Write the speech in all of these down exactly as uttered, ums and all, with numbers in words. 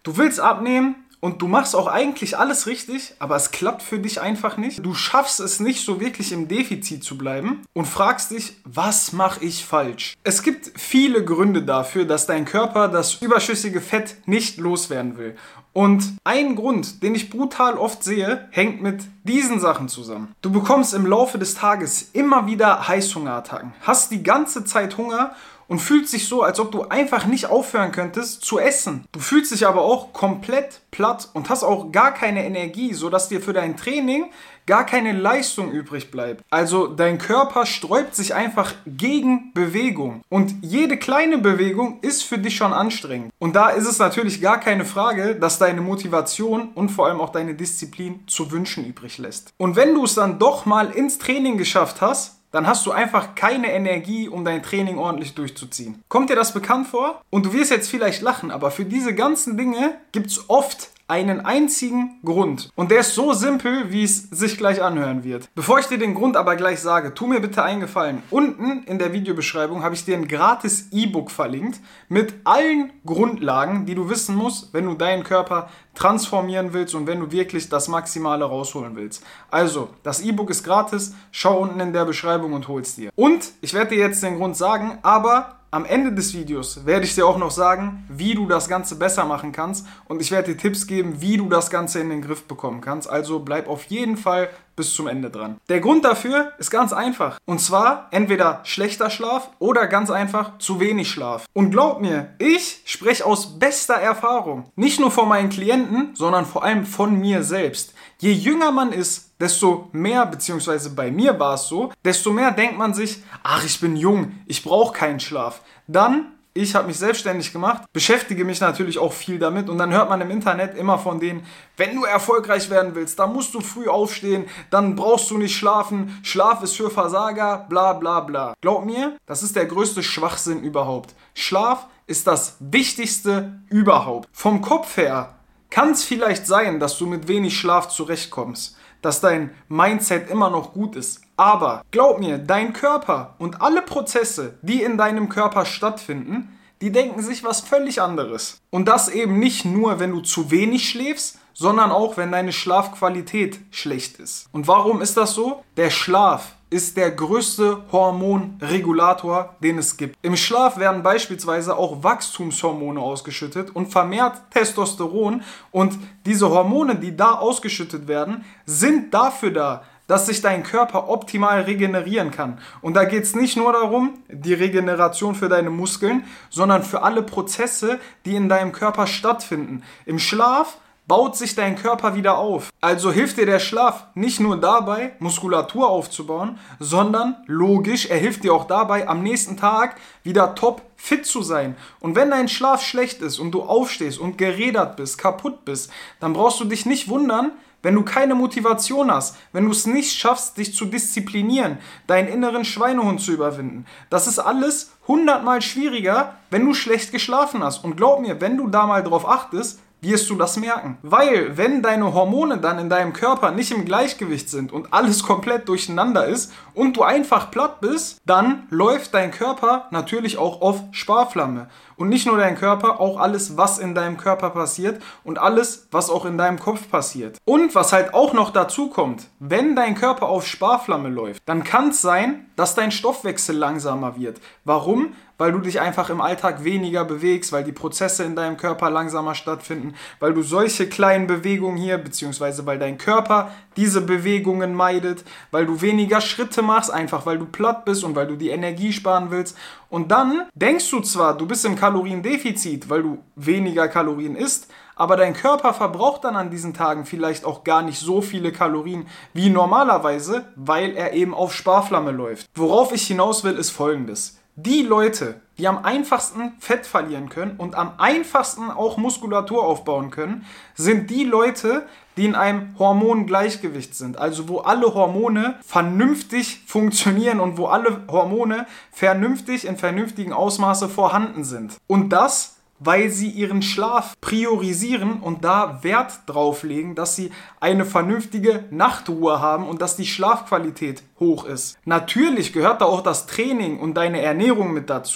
Du willst abnehmen und du machst auch eigentlich alles richtig, aber es klappt für dich einfach nicht. Du schaffst es nicht, so wirklich im Defizit zu bleiben und fragst dich, was mache ich falsch? Es gibt viele Gründe dafür, dass dein Körper das überschüssige Fett nicht loswerden will. Und ein Grund, den ich brutal oft sehe, hängt mit diesen Sachen zusammen. Du bekommst im Laufe des Tages immer wieder Heißhungerattacken, hast die ganze Zeit Hunger und fühlst dich so, als ob du einfach nicht aufhören könntest zu essen. Du fühlst dich aber auch komplett platt und hast auch gar keine Energie, sodass dir für dein Training gar keine Leistung übrig bleibt. Also dein Körper sträubt sich einfach gegen Bewegung. Und jede kleine Bewegung ist für dich schon anstrengend. Und da ist es natürlich gar keine Frage, dass deine Motivation und vor allem auch deine Disziplin zu wünschen übrig lässt. Und wenn du es dann doch mal ins Training geschafft hast, dann hast du einfach keine Energie, um dein Training ordentlich durchzuziehen. Kommt dir das bekannt vor? Und du wirst jetzt vielleicht lachen, aber für diese ganzen Dinge gibt es oft einen einzigen Grund. Und der ist so simpel, wie es sich gleich anhören wird. Bevor ich dir den Grund aber gleich sage, tu mir bitte einen Gefallen. Unten in der Videobeschreibung habe ich dir ein gratis E-Book verlinkt mit allen Grundlagen, die du wissen musst, wenn du deinen Körper transformieren willst und wenn du wirklich das Maximale rausholen willst. Also, das E-Book ist gratis. Schau unten in der Beschreibung und hol's dir. Und ich werde dir jetzt den Grund sagen, aber am Ende des Videos werde ich dir auch noch sagen, wie du das Ganze besser machen kannst und ich werde dir Tipps geben, wie du das Ganze in den Griff bekommen kannst. Also bleib auf jeden Fall bis zum Ende dran. Der Grund dafür ist ganz einfach. Und zwar entweder schlechter Schlaf oder ganz einfach zu wenig Schlaf. Und glaub mir, ich spreche aus bester Erfahrung. Nicht nur von meinen Klienten, sondern vor allem von mir selbst. Je jünger man ist, desto mehr, beziehungsweise bei mir war es so, desto mehr denkt man sich, ach, ich bin jung, ich brauche keinen Schlaf. Dann, ich habe mich selbstständig gemacht, beschäftige mich natürlich auch viel damit und dann hört man im Internet immer von denen, wenn du erfolgreich werden willst, dann musst du früh aufstehen, dann brauchst du nicht schlafen, Schlaf ist für Versager, bla bla bla. Glaub mir, das ist der größte Schwachsinn überhaupt. Schlaf ist das Wichtigste überhaupt. Vom Kopf her kann es vielleicht sein, dass du mit wenig Schlaf zurechtkommst, dass dein Mindset immer noch gut ist. Aber glaub mir, dein Körper und alle Prozesse, die in deinem Körper stattfinden, die denken sich was völlig anderes. Und das eben nicht nur, wenn du zu wenig schläfst, sondern auch, wenn deine Schlafqualität schlecht ist. Und warum ist das so? Der Schlaf ist der größte Hormonregulator, den es gibt. Im Schlaf werden beispielsweise auch Wachstumshormone ausgeschüttet und vermehrt Testosteron. Und diese Hormone, die da ausgeschüttet werden, sind dafür da, dass sich dein Körper optimal regenerieren kann. Und da geht es nicht nur darum, die Regeneration für deine Muskeln, sondern für alle Prozesse, die in deinem Körper stattfinden. Im Schlaf baut sich dein Körper wieder auf. Also hilft dir der Schlaf nicht nur dabei, Muskulatur aufzubauen, sondern logisch, er hilft dir auch dabei, am nächsten Tag wieder top fit zu sein. Und wenn dein Schlaf schlecht ist und du aufstehst und gerädert bist, kaputt bist, dann brauchst du dich nicht wundern, wenn du keine Motivation hast, wenn du es nicht schaffst, dich zu disziplinieren, deinen inneren Schweinehund zu überwinden. Das ist alles hundertmal schwieriger, wenn du schlecht geschlafen hast. Und glaub mir, wenn du da mal drauf achtest, wirst du das merken. Weil, wenn deine Hormone dann in deinem Körper nicht im Gleichgewicht sind und alles komplett durcheinander ist und du einfach platt bist, dann läuft dein Körper natürlich auch auf Sparflamme. Und nicht nur dein Körper, auch alles, was in deinem Körper passiert und alles, was auch in deinem Kopf passiert. Und was halt auch noch dazu kommt, wenn dein Körper auf Sparflamme läuft, dann kann es sein, dass dein Stoffwechsel langsamer wird. Warum? Weil du dich einfach im Alltag weniger bewegst, weil die Prozesse in deinem Körper langsamer stattfinden, weil du solche kleinen Bewegungen hier, beziehungsweise weil dein Körper diese Bewegungen meidet, weil du weniger Schritte machst, einfach weil du platt bist und weil du die Energie sparen willst. Und dann denkst du zwar, du bist im Kaloriendefizit, weil du weniger Kalorien isst, aber dein Körper verbraucht dann an diesen Tagen vielleicht auch gar nicht so viele Kalorien wie normalerweise, weil er eben auf Sparflamme läuft. Worauf ich hinaus will, ist Folgendes. Die Leute, die am einfachsten Fett verlieren können und am einfachsten auch Muskulatur aufbauen können, sind die Leute, die in einem Hormongleichgewicht sind. Also wo alle Hormone vernünftig funktionieren und wo alle Hormone vernünftig in vernünftigen Ausmaße vorhanden sind. Und das, weil sie ihren Schlaf priorisieren und da Wert drauf legen, dass sie eine vernünftige Nachtruhe haben und dass die Schlafqualität hoch ist. Natürlich gehört da auch das Training und deine Ernährung mit dazu,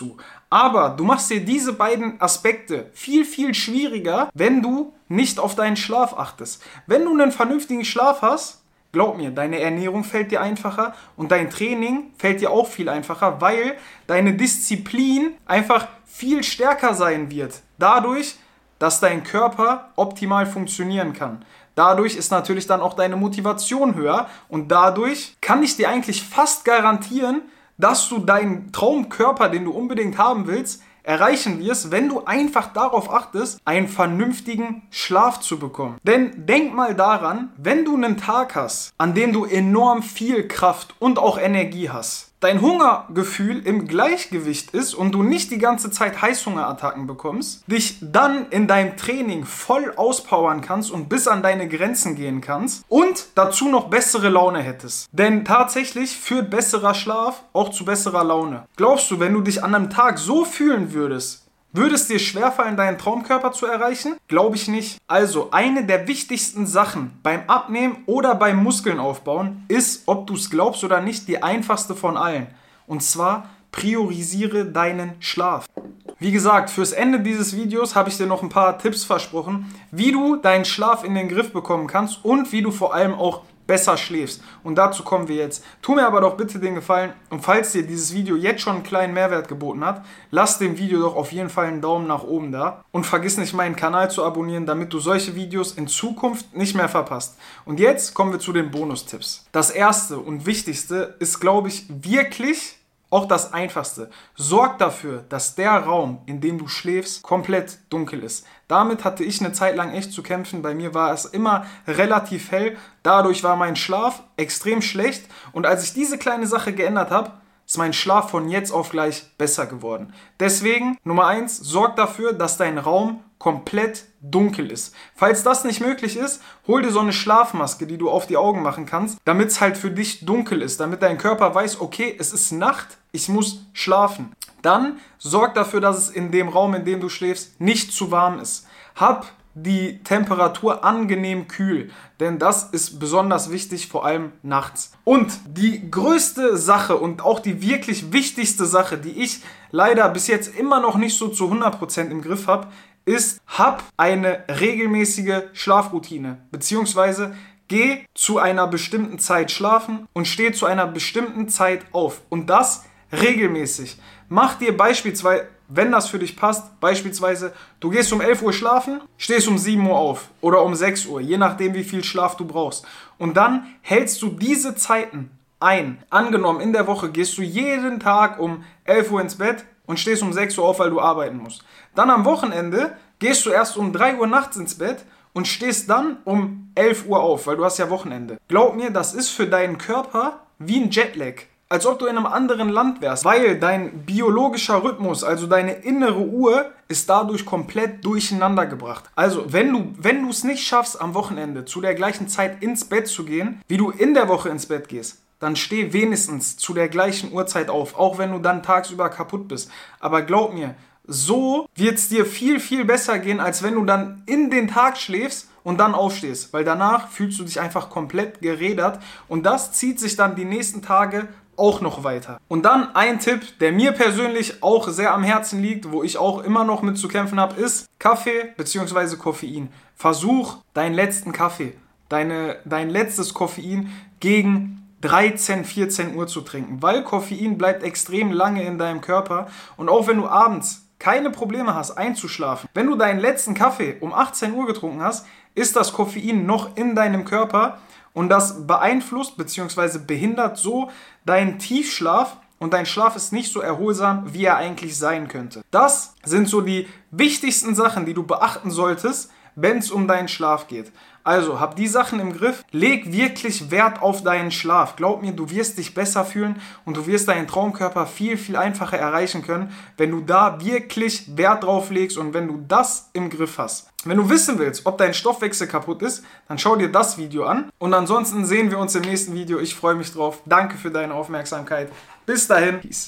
Aber du machst dir diese beiden Aspekte viel, viel schwieriger, wenn du nicht auf deinen Schlaf achtest. Wenn du einen vernünftigen Schlaf hast, glaub mir, deine Ernährung fällt dir einfacher und dein Training fällt dir auch viel einfacher, weil deine Disziplin einfach viel stärker sein wird. Dadurch, dass dein Körper optimal funktionieren kann. Dadurch ist natürlich dann auch deine Motivation höher und dadurch kann ich dir eigentlich fast garantieren, dass du deinen Traumkörper, den du unbedingt haben willst, erreichen wirst, wenn du einfach darauf achtest, einen vernünftigen Schlaf zu bekommen. Denn denk mal daran, wenn du einen Tag hast, an dem du enorm viel Kraft und auch Energie hast, dein Hungergefühl im Gleichgewicht ist und du nicht die ganze Zeit Heißhungerattacken bekommst, dich dann in deinem Training voll auspowern kannst und bis an deine Grenzen gehen kannst und dazu noch bessere Laune hättest. Denn tatsächlich führt besserer Schlaf auch zu besserer Laune. Glaubst du, wenn du dich an einem Tag so fühlen würdest, würde es dir schwerfallen, deinen Traumkörper zu erreichen? Glaube ich nicht. Also, eine der wichtigsten Sachen beim Abnehmen oder beim Muskeln aufbauen ist, ob du es glaubst oder nicht, die einfachste von allen. Und zwar, priorisiere deinen Schlaf. Wie gesagt, fürs Ende dieses Videos habe ich dir noch ein paar Tipps versprochen, wie du deinen Schlaf in den Griff bekommen kannst und wie du vor allem auch besser schläfst. Und dazu kommen wir jetzt. Tu mir aber doch bitte den Gefallen und falls dir dieses Video jetzt schon einen kleinen Mehrwert geboten hat, lass dem Video doch auf jeden Fall einen Daumen nach oben da und vergiss nicht meinen Kanal zu abonnieren, damit du solche Videos in Zukunft nicht mehr verpasst. Und jetzt kommen wir zu den Bonustipps. Das erste und wichtigste ist, glaube ich, wirklich auch das Einfachste. Sorg dafür, dass der Raum, in dem du schläfst, komplett dunkel ist. Damit hatte ich eine Zeit lang echt zu kämpfen. Bei mir war es immer relativ hell. Dadurch war mein Schlaf extrem schlecht. Und als ich diese kleine Sache geändert habe, ist mein Schlaf von jetzt auf gleich besser geworden. Deswegen, Nummer eins, sorg dafür, dass dein Raum komplett dunkel ist. Falls das nicht möglich ist, hol dir so eine Schlafmaske, die du auf die Augen machen kannst, damit es halt für dich dunkel ist, damit dein Körper weiß, okay, es ist Nacht, ich muss schlafen. Dann sorg dafür, dass es in dem Raum, in dem du schläfst, nicht zu warm ist. Hab die Temperatur angenehm kühl, denn das ist besonders wichtig, vor allem nachts. Und die größte Sache und auch die wirklich wichtigste Sache, die ich leider bis jetzt immer noch nicht so zu hundert Prozent im Griff habe, ist, hab eine regelmäßige Schlafroutine, beziehungsweise geh zu einer bestimmten Zeit schlafen und steh zu einer bestimmten Zeit auf. Und das regelmäßig. Mach dir beispielsweise, wenn das für dich passt, beispielsweise, du gehst um elf Uhr schlafen, stehst um sieben Uhr auf oder um sechs Uhr, je nachdem wie viel Schlaf du brauchst. Und dann hältst du diese Zeiten ein. Angenommen, in der Woche gehst du jeden Tag um elf Uhr ins Bett und stehst um sechs Uhr auf, weil du arbeiten musst. Dann am Wochenende gehst du erst um drei Uhr nachts ins Bett und stehst dann um elf Uhr auf, weil du hast ja Wochenende. Glaub mir, das ist für deinen Körper wie ein Jetlag. Als ob du in einem anderen Land wärst, weil dein biologischer Rhythmus, also deine innere Uhr, ist dadurch komplett durcheinander gebracht. Also, wenn du wenn du es nicht schaffst, am Wochenende zu der gleichen Zeit ins Bett zu gehen, wie du in der Woche ins Bett gehst, dann steh wenigstens zu der gleichen Uhrzeit auf, auch wenn du dann tagsüber kaputt bist. Aber glaub mir, so wird es dir viel, viel besser gehen, als wenn du dann in den Tag schläfst und dann aufstehst. Weil danach fühlst du dich einfach komplett gerädert und das zieht sich dann die nächsten Tage auch noch weiter. Und dann ein Tipp, der mir persönlich auch sehr am Herzen liegt, wo ich auch immer noch mit zu kämpfen habe, ist Kaffee bzw. Koffein. Versuch deinen letzten Kaffee, deine, dein letztes Koffein gegen dreizehn, vierzehn Uhr zu trinken, weil Koffein bleibt extrem lange in deinem Körper und auch wenn du abends keine Probleme hast einzuschlafen, wenn du deinen letzten Kaffee um achtzehn Uhr getrunken hast, ist das Koffein noch in deinem Körper und das beeinflusst bzw. behindert so deinen Tiefschlaf und dein Schlaf ist nicht so erholsam, wie er eigentlich sein könnte. Das sind so die wichtigsten Sachen, die du beachten solltest, wenn es um deinen Schlaf geht. Also, hab die Sachen im Griff, leg wirklich Wert auf deinen Schlaf. Glaub mir, du wirst dich besser fühlen und du wirst deinen Traumkörper viel, viel einfacher erreichen können, wenn du da wirklich Wert drauf legst und wenn du das im Griff hast. Wenn du wissen willst, ob dein Stoffwechsel kaputt ist, dann schau dir das Video an. Und ansonsten sehen wir uns im nächsten Video. Ich freue mich drauf. Danke für deine Aufmerksamkeit. Bis dahin. Peace.